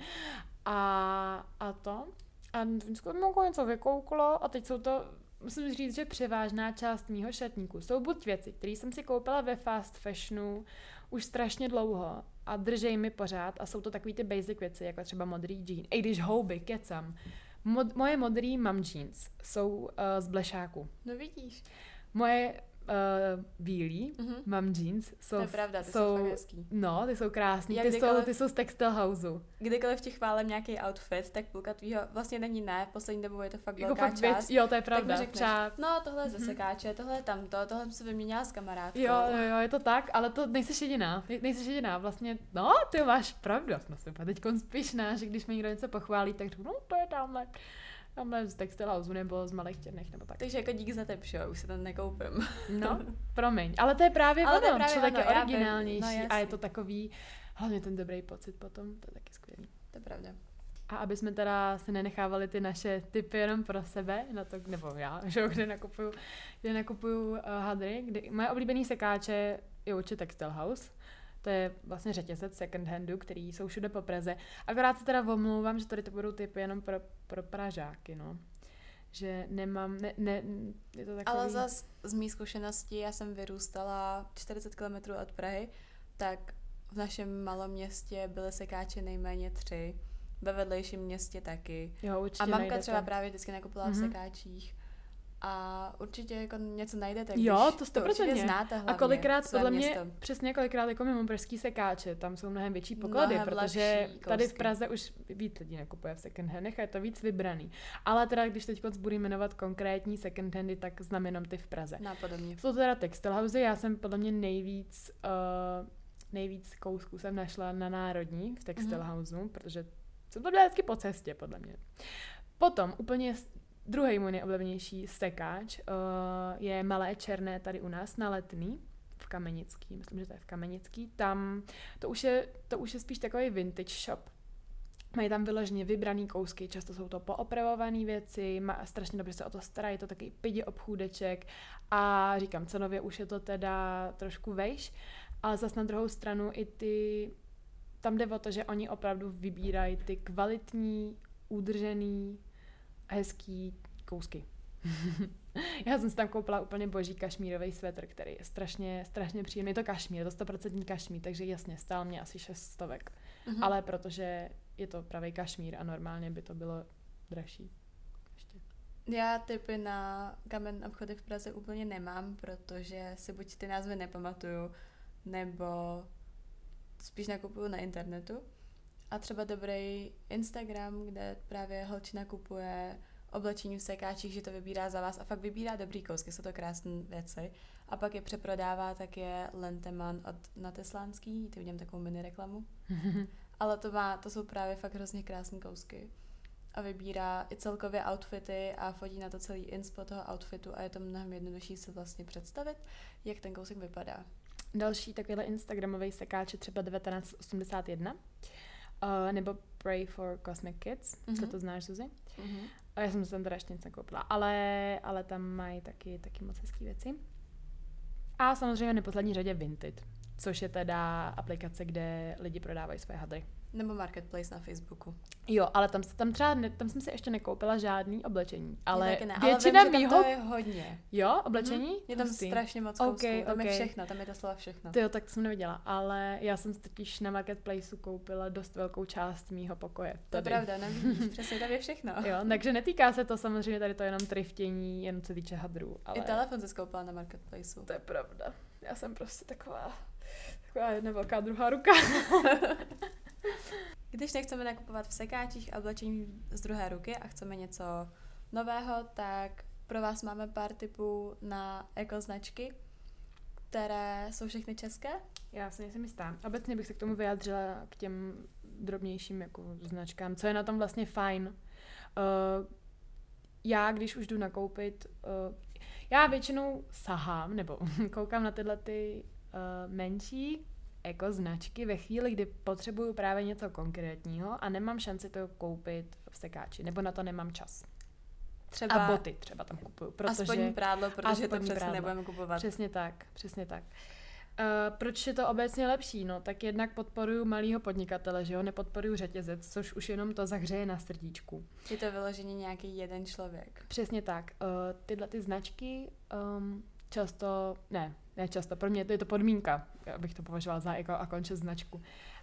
A, a to? A vždycky mi něco vykouklo a teď jsou to, musím říct, že převážná část mýho šatníku jsou buď věci, které jsem si koupila ve fast fashionu už strašně dlouho, a držej mi pořád a jsou to takový ty basic věci, jako třeba modrý džín. I když houby, kecam. Mod, moje modrý mom jeans jsou uh, z blešáku. No vidíš. Moje uh, bílý mm-hmm. mom jeans jsou... To je pravda, ty jsou, jsou fakt hezký. No, ty jsou krásný, ty kdykoliv, jsou, ty jsou z Textile Houseu. Kdykoliv ti chválím nějaký outfit, tak půlka tvýho vlastně není ne, poslední dobou je to fakt jako velká fakt část. Věc, jo, to je pravda. Tak mi řekneš, Přát. no tohle je ze sekáče, tohle je tamto, tohle jsem se vyměnila s kamarádkou. Jo, jo, jo, je to tak, ale to nejseš jediná, nejseš jediná, vlastně, no, ty máš pravdu, no jsem teď spíšná, že když mi někdo něco pochválí, tak řeknu, no to je tamhle. Tamhle z Textile Houseu nebo z Malých Černých nebo tak. Takže jako dík za tip, jo, už se tam nekoupím. No, promiň. Ale to je právě ale ono, to je právě člověk ono, je originálnější no, a je to takový, hlavně ten dobrý pocit potom, to je taky skvělý. To je pravda. A aby jsme teda si nenechávali ty naše tipy jenom pro sebe, na to, nebo já, že jo, kde nakupuju, kde nakupuju uh, hadry, kde, moje oblíbený sekáče je určitě Textile House. To je vlastně řetězec second handu, který jsou všude po Praze. Akorát se teda omlouvám, že tady to budou typy jenom pro, pro Pražáky, no. Že nemám, ne, ne, je to takový... Ale zas z mý zkušenosti, já jsem vyrůstala čtyřicet kilometrů od Prahy, tak v našem malém městě byly sekáče nejméně tři, ve vedlejším městě taky. Jo, určitě a mamka najdete. třeba právě vždycky nakupovala mm-hmm. v sekáčích. A určitě jako něco najdete, když jo, to, to určitě znáte hlavně. A kolikrát, podle mě, město. přesně kolikrát jako mimo pražský sekáče, tam jsou mnohem větší poklady, mnohem protože tady v Praze už víc lidí nekupuje v second handech a je to víc vybraný. Ale teda, když teď budu jmenovat konkrétní second handy, tak znám jenom ty v Praze. Napodobně. Jsou to teda Textile House, já jsem podle mě nejvíc, uh, nejvíc kousků jsem našla na Národní v Textile mm-hmm. Houseu, protože jsem to byla vždycky po cestě, podle mě. Potom úplně druhý můj nejoblíbenější sekáč uh, je Malé Černé tady u nás na Letný v Kamenický, myslím, že to je v Kamenický. Tam to už je, to už je spíš takový vintage shop. Mají tam vyloženě vybraný kousky, často jsou to poopravované věci, má, strašně dobře se o to starají, je to takový pidi obchůdeček a říkám, cenově už je to teda trošku vejš, ale zas na druhou stranu i ty, tam jde o to, že oni opravdu vybírají ty kvalitní, udržený, hezký kousky. Já jsem si tam koupila úplně boží kašmírový svetr, který je strašně, strašně příjemný. Je to kašmír, je to sto procent kašmír, takže jasně, stál mě asi šest stovek. Mm-hmm. Ale protože je to pravý kašmír a normálně by to bylo dražší. Ještě. Já typy na kamen obchody v Praze úplně nemám, protože si buď ty názvy nepamatuju, nebo spíš nakupuju na internetu. A třeba dobrý Instagram, kde právě holčina kupuje oblečení v sekáčích, že to vybírá za vás a fakt vybírá dobrý kousky, jsou to krásné věci. A pak je přeprodává, tak je Lenteman od Nateslánský, ty vidím takovou mini reklamu. Ale to, má, to jsou právě fakt hrozně krásné kousky. A vybírá i celkově outfity a fotí na to celý inspo toho outfitu a je to mnohem jednodušší si vlastně představit, jak ten kousek vypadá. Další takovýhle instagramový sekáč je třeba devatenáct osmdesát jedna. Uh, nebo Pray for Cosmic Kids, mm-hmm. Co to znáš, Zuzi? Mm-hmm. A já jsem se tam teda ještě nic nekoupila, ale, ale tam mají taky, taky moc hezký věci. A samozřejmě v neposlední řadě Vinted, což je teda aplikace, kde lidi prodávají své hadry. Nebo Marketplace na Facebooku. Jo, ale tam, tam třeba, ne, tam jsem si ještě nekoupila žádný oblečení, ale ne, většina ale vím, mýho... to je hodně. Jo, oblečení? Mm-hmm. Je tam Hustý. strašně moc kousků, okay, tam okay. je všechno, tam je doslova všechno. Tyjo, tak to jsem neviděla, ale já jsem totiž na Marketplaceu koupila dost velkou část mýho pokoje. Tady. To je pravda, nevidíš, přesně tam je všechno. Jo, takže netýká se to samozřejmě tady to jenom triftění, jen co týče hadrů. Ale... I telefon se skoupila na Marketplaceu. To je pravda. Já jsem prostě taková, taková jedna velká druhá ruka. Když nechceme nakupovat v sekáčích a oblečení z druhé ruky a chceme něco nového, tak pro vás máme pár tipů na ekoznačky, které jsou všechny české. Já si nejsem jistá. Obecně bych se k tomu vyjádřila k těm drobnějším jako značkám. Co je na tom vlastně fajn? Uh, já, když už jdu nakoupit, uh, já většinou sahám, nebo koukám na tyhle ty uh, menší jako značky ve chvíli, kdy potřebuju právě něco konkrétního a nemám šanci to koupit v sekáči, nebo na to nemám čas. Třeba, a boty třeba tam kupuju. Protože, aspoň prádlo, protože to přesně prádlo. nebudeme kupovat. Přesně tak, přesně tak. Uh, proč je to obecně lepší? No, tak jednak podporuju malýho podnikatele, že jo, nepodporuju řetězec, což už jenom to zahřeje na srdíčku. Je to vyloženě nějaký jeden člověk. Přesně tak. Uh, tyhle ty značky um, často, ne, ne často, pro mě to je to podmínka, abych to považovala za jako a konče značku.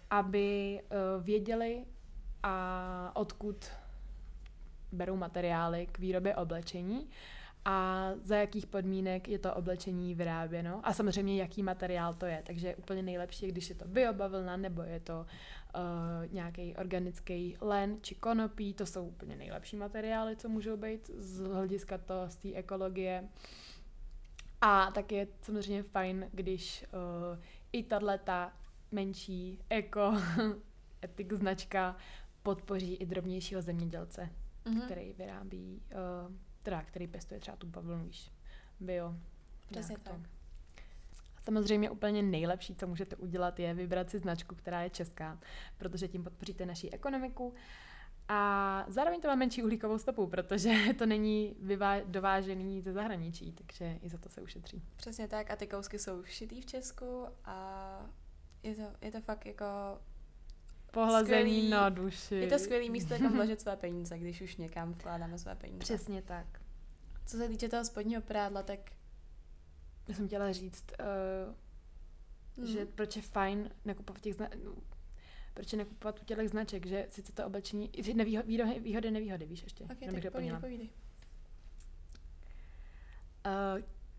aby uh, věděli, a odkud berou materiály k výrobě oblečení a za jakých podmínek je to oblečení vyráběno a samozřejmě jaký materiál to je. Takže je úplně nejlepší, když je to biobavlna nebo je to uh, nějaký organický len či konopí, to jsou úplně nejlepší materiály, co můžou být z hlediska toho, z té ekologie. A tak je samozřejmě fajn, když uh, i tato menší eko etik značka podpoří i drobnějšího zemědělce, mm-hmm. který vyrábí, uh, teda který pěstuje třeba tu bavlnu, víš, bio. Přesně tak. Samozřejmě úplně nejlepší, co můžete udělat, je vybrat si značku, která je česká, protože tím podpoříte naši ekonomiku a zároveň to má menší uhlíkovou stopu, protože to není vyvá- dovážený ze zahraničí, takže i za to se ušetří. Přesně tak a ty kousky jsou šitý v Česku a je to, je to fakt jako pohlazení skvělý, na duši. Je to skvělý místo, kam vložit své peníze, když už někam vkládáme své peníze. Přesně tak. Co se týče toho spodního prádla, tak já jsem chtěla říct, uh, hmm. že proč je fajn nakupovat těch zna- no, proč je nakupovat u těch značek, že sice to oblečení, nevýhody, výhody, výhody, nevýhody, víš ještě. Ok, tak povídej, povídej. Uh,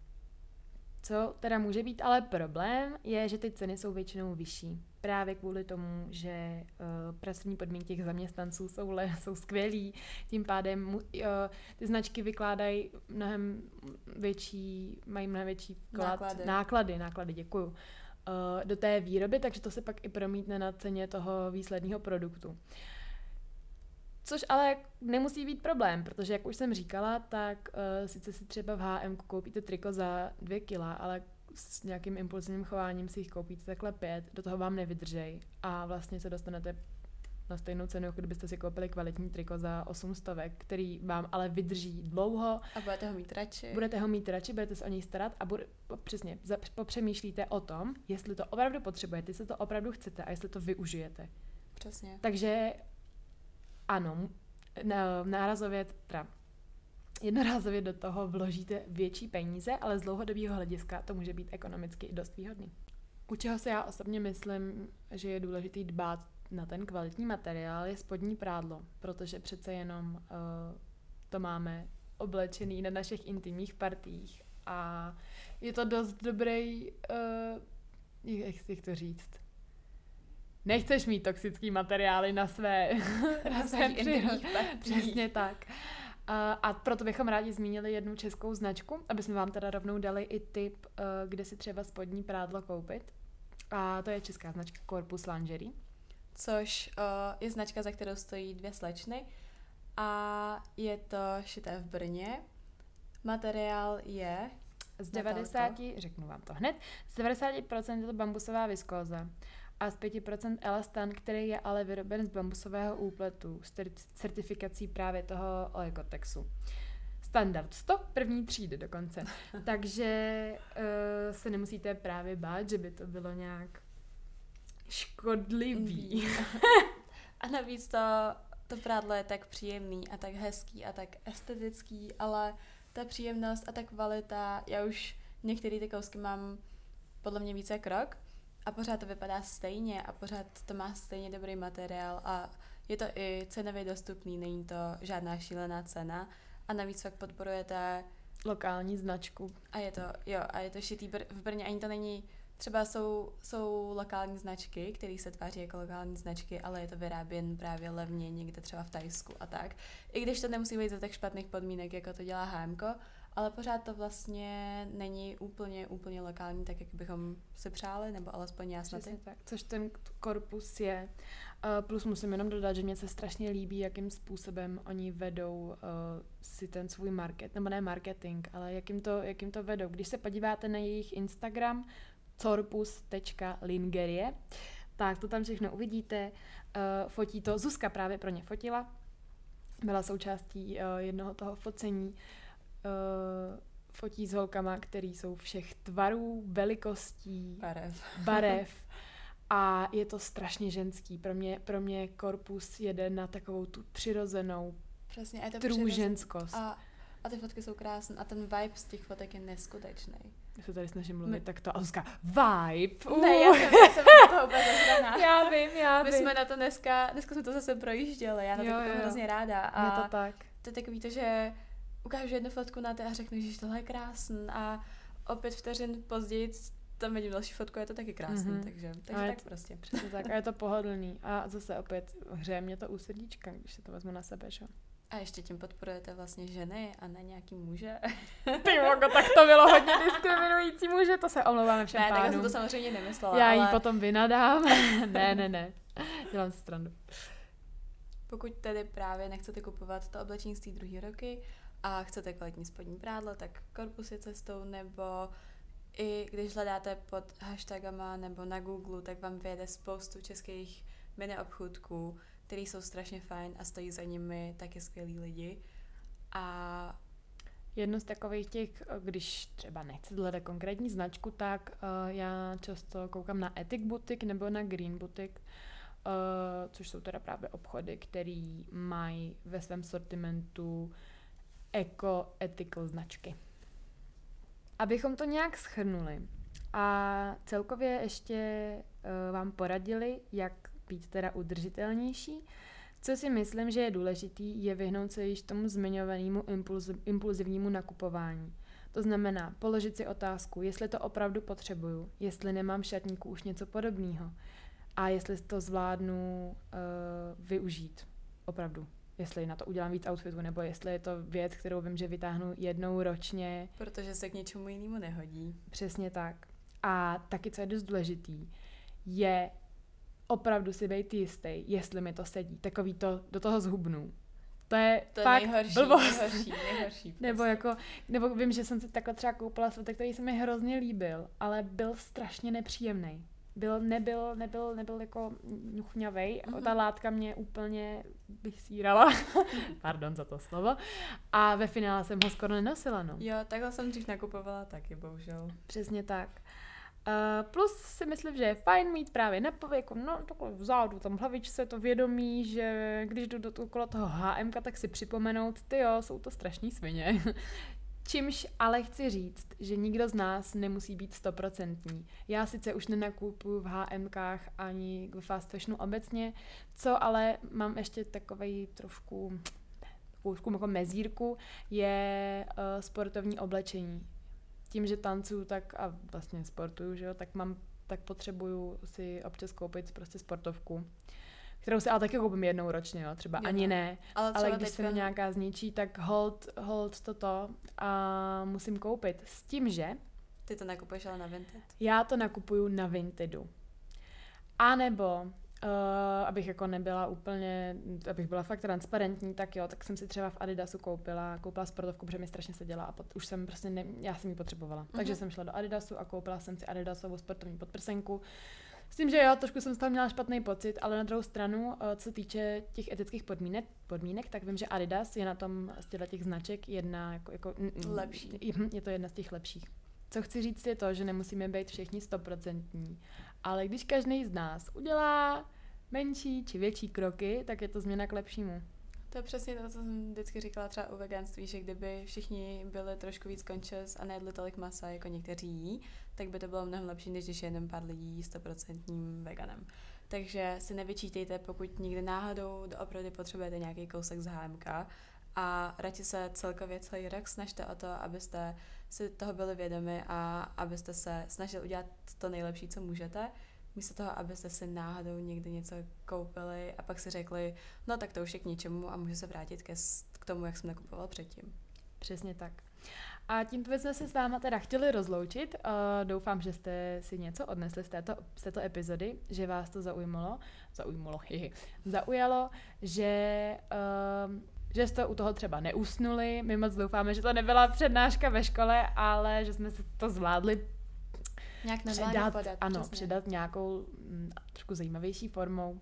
co teda může být ale problém, je, že ty ceny jsou většinou vyšší. Právě kvůli tomu, že uh, pracovní podmínky těch zaměstnanců jsou, le, jsou skvělý, tím pádem mu, uh, ty značky vykládají mnohem větší, mají mnohem větší vklad, náklady, náklady, náklady děkuju, uh, do té výroby, takže to se pak i promítne na ceně toho výsledného produktu. Což ale nemusí být problém, protože jak už jsem říkala, tak uh, sice si třeba v há em koupíte triko za dvě kila, ale s nějakým impulzivním chováním si jich koupíte takhle pět, do toho vám nevydržej a vlastně se dostanete na stejnou cenu, jako kdybyste si koupili kvalitní triko za osm stovek, který vám ale vydrží dlouho. A budete ho mít radši. Budete ho mít radši, budete se o něj starat a bude, přesně popřemýšlíte o tom, jestli to opravdu potřebujete, jestli to opravdu chcete a jestli to využijete. Přesně. Takže ano, nárazově, teda jednorázově do toho vložíte větší peníze, ale z dlouhodobého hlediska to může být ekonomicky i dost výhodný. U čeho se já osobně myslím, že je důležitý dbát na ten kvalitní materiál, je spodní prádlo, protože přece jenom uh, to máme oblečený na našich intimních partiích a je to dost dobrý, uh, jak, jak to říct, nechceš mít toxický materiály na své, na své intimních partích. Přesně tak. A, a proto bychom rádi zmínili jednu českou značku, aby jsme vám teda rovnou dali i tip, kde si třeba spodní prádlo koupit. A to je česká značka Corpus Lingerie. Což uh, je značka, za kterou stojí dvě slečny a je to šité v Brně. Materiál je... Z devadesát, řeknu vám to hned, z devadesát procent je to bambusová viskóza a z pět procent elastan, který je ale vyroben z bambusového úpletu s certifikací právě toho Oekotexu. Standard sto, první třídy dokonce. Takže uh, se nemusíte právě bát, že by to bylo nějak škodlivý. A navíc to, to prádlo je tak příjemný a tak hezký a tak estetický, ale ta příjemnost a ta kvalita, já už některé ty kousky mám podle mě více krok a pořád to vypadá stejně a pořád to má stejně dobrý materiál a je to i cenově dostupný, není to žádná šílená cena a navíc fakt podporujete lokální značku. A je to, jo, a je to šitý br- v Brně, ani to není, třeba jsou, jsou lokální značky, které se tváří jako lokální značky, ale je to vyráběn právě levně někde třeba v Thajsku a tak. I když to nemusí být za tak špatných podmínek, jako to dělá há emko, ale pořád to vlastně není úplně, úplně lokální, tak jak bychom si přáli, nebo alespoň já snad. Tak, což ten korpus je. Uh, plus musím jenom dodat, že mě se strašně líbí, jakým způsobem oni vedou uh, si ten svůj market, nebo ne marketing, ale jakým to, jakým to vedou. Když se podíváte na jejich Instagram corpus tečka lingerie, tak to tam všechno uvidíte. Uh, fotí to, Zuzka právě pro ně fotila, byla součástí uh, jednoho toho focení. Uh, fotí s holkama, který jsou všech tvarů, velikostí, barev. barev a je to strašně ženský. Pro mě, pro mě korpus jede na takovou tu přirozenou Přesně, a je to trů ženskost. A A ty fotky jsou krásné a ten vibe z těch fotek je neskutečný. Já se tady snažím mluvit, My... tak to a Zuzka, vibe! Uh. Ne, já jsem, já jsem na toho úplně zažraná. Já vím, já My vím. jsme na to dneska, dneska jsme to zase projížděli, já na to Jo, mám jo. hrozně ráda. A Je to tak. to je takový to, že ukážu jednu fotku na té a řeknu, že tohle je krásný a o pět vteřin později tam vidím další fotku, je to taky krásný, Mhm. takže, takže A je tak to- prostě. Přesně tak. A je to pohodlný. A zase opět hřeje mě to u srdíčka, když se to vezmu na sebe, že? A ještě tím podporujete vlastně ženy a ne nějaký muže. Ty mogo, tak to bylo hodně diskriminující muže, to se omlouváme všem Ne, tak já jsem pánům. to samozřejmě nemyslela, Já jí ale potom vynadám. ne, ne, ne. Dělám si strandu. pokud tedy právě nechcete kupovat to oblečení z té druhé roky a chcete kvalitní spodní prádlo, tak Korpus je cestou, nebo i když hledáte pod hashtagama nebo na Google, tak vám vyjede spoustu českých mini obchůdků, které jsou strašně fajn a stojí za nimi taky skvělí lidi. A Jedno z takových těch, když třeba nechci hledat konkrétní značku, tak uh, já často koukám na Ethic Boutique nebo na Green Boutique, uh, což jsou teda právě obchody, který mají ve svém sortimentu eco-ethical značky. Abychom to nějak shrnuli a celkově ještě uh, vám poradili, jak být teda udržitelnější, co si myslím, že je důležitý, je vyhnout se již tomu zmiňovanému impulz- impulzivnímu nakupování. To znamená položit si otázku, jestli to opravdu potřebuju, jestli nemám v šatníku už něco podobného a jestli to zvládnu uh, využít opravdu. Jestli na to udělám víc outfitů, nebo jestli je to věc, kterou vím, že vytáhnu jednou ročně. protože se k něčemu jinému nehodí. Přesně tak. A taky, co je dost důležitý, je opravdu si být jistý, jestli mi to sedí. Takový to do toho zhubnu. To je To je fakt nejhorší, blbost. nejhorší, nejhorší. Prostě. Nebo jako, nebo vím, že jsem si takhle třeba koupila sweater, který se mi hrozně líbil, ale byl strašně nepříjemný. Byl, nebyl, nebyl, nebyl jako ňuchňavej, Mhm. ta látka mě úplně vysírala. Pardon za to slovo. A ve finále jsem ho skoro nenosila, no. Jo, takhle jsem dřív nakupovala taky, bohužel. Přesně tak. Uh, plus si myslím, že je fajn mít právě na pověku, no takhle vzadu, tam hlavičce, to vědomí, že když jdu do toho, okolo toho há emka, tak si připomenout, ty jo, jsou to strašný svině. Čímž ale chci říct, že nikdo z nás nemusí být stoprocentní. Já sice už nenakupuju v há emkách ani v fast fashionu obecně, co ale mám ještě takovej trošku, trošku jako mezírku, je uh, sportovní oblečení. Tím, že tancuju tak a vlastně sportuju, že jo, tak mám, tak potřebuju si občas koupit prostě sportovku, kterou si ale taky koupím jednou ročně, jo, třeba Jo, ani no. ne, Ale, ale třeba když se teďka- mi nějaká zničí, tak hold, hold toto a musím koupit. S tím, že Ty to nakupuješ ale na Vinted. já to nakupuju na Vintedu. A nebo, uh, abych jako nebyla úplně, abych byla fakt transparentní, tak jo, tak jsem si třeba v Adidasu koupila, koupila sportovku, protože mi strašně seděla a pot, už jsem prostě, ne, já jsem ji potřebovala. Mm-hmm. Takže jsem šla do Adidasu a koupila jsem si Adidasovou sportovní podprsenku. S tím, že jo, trošku jsem z toho měla špatný pocit, ale na druhou stranu, uh, co se týče těch etických podmínek, podmínek, tak vím, že Adidas je na tom z těchto těch značek jedna jako, jako mm, mm, Lepší. Je to jedna z těch lepších. Co chci říct je to, že nemusíme být všichni stoprocentní, ale když každý z nás udělá menší či větší kroky, tak je to změna k lepšímu. To je přesně to, co jsem vždycky říkala třeba u veganství, že kdyby všichni byli trošku víc conscious a nejedli tolik masa jako někteří jí, tak by to bylo mnohem lepší, než když je jenom pár lidí stoprocentním veganem. Takže si nevyčítejte, pokud nikdy náhodou doopravdy potřebujete nějaký kousek z há emka a radši se celkově celý rok snažte o to, abyste si toho byli vědomi a abyste se snažili udělat to nejlepší, co můžete, místo toho, abyste si náhodou někdy něco koupili a pak si řekli, no tak to už je k ničemu a můžu se vrátit ke, k tomu, jak jsem nakupoval předtím. Přesně tak. A tímto jsme se s váma teda chtěli rozloučit. Uh, doufám, že jste si něco odnesli z této, z této epizody, že vás to zaujmulo, zaujmulo, hihi, zaujalo, že, uh, že jste u toho třeba neusnuli. My moc doufáme, že to nebyla přednáška ve škole, ale že jsme se to zvládli Nějak předat, podat. ano, přesně. předat nějakou m, trošku zajímavější formou.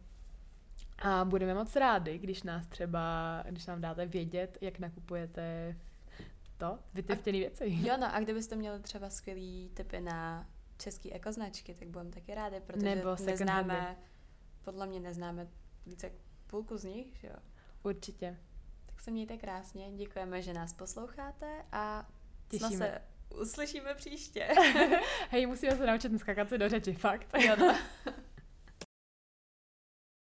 A budeme moc rádi, když nás třeba, když nám dáte vědět, jak nakupujete to, vytištěné věci. Jo, no a kdybyste měli třeba skvělý tipy na český ekoznačky, tak budeme taky rádi, protože Nebo second neznáme, handy. podle mě neznáme více jak půlku z nich, že jo. Určitě. Tak se mějte krásně, děkujeme, že nás posloucháte a Těšíme. se uslyšíme příště. Hej, musíme se naučit neskákat si do řeči, fakt. Jo, to.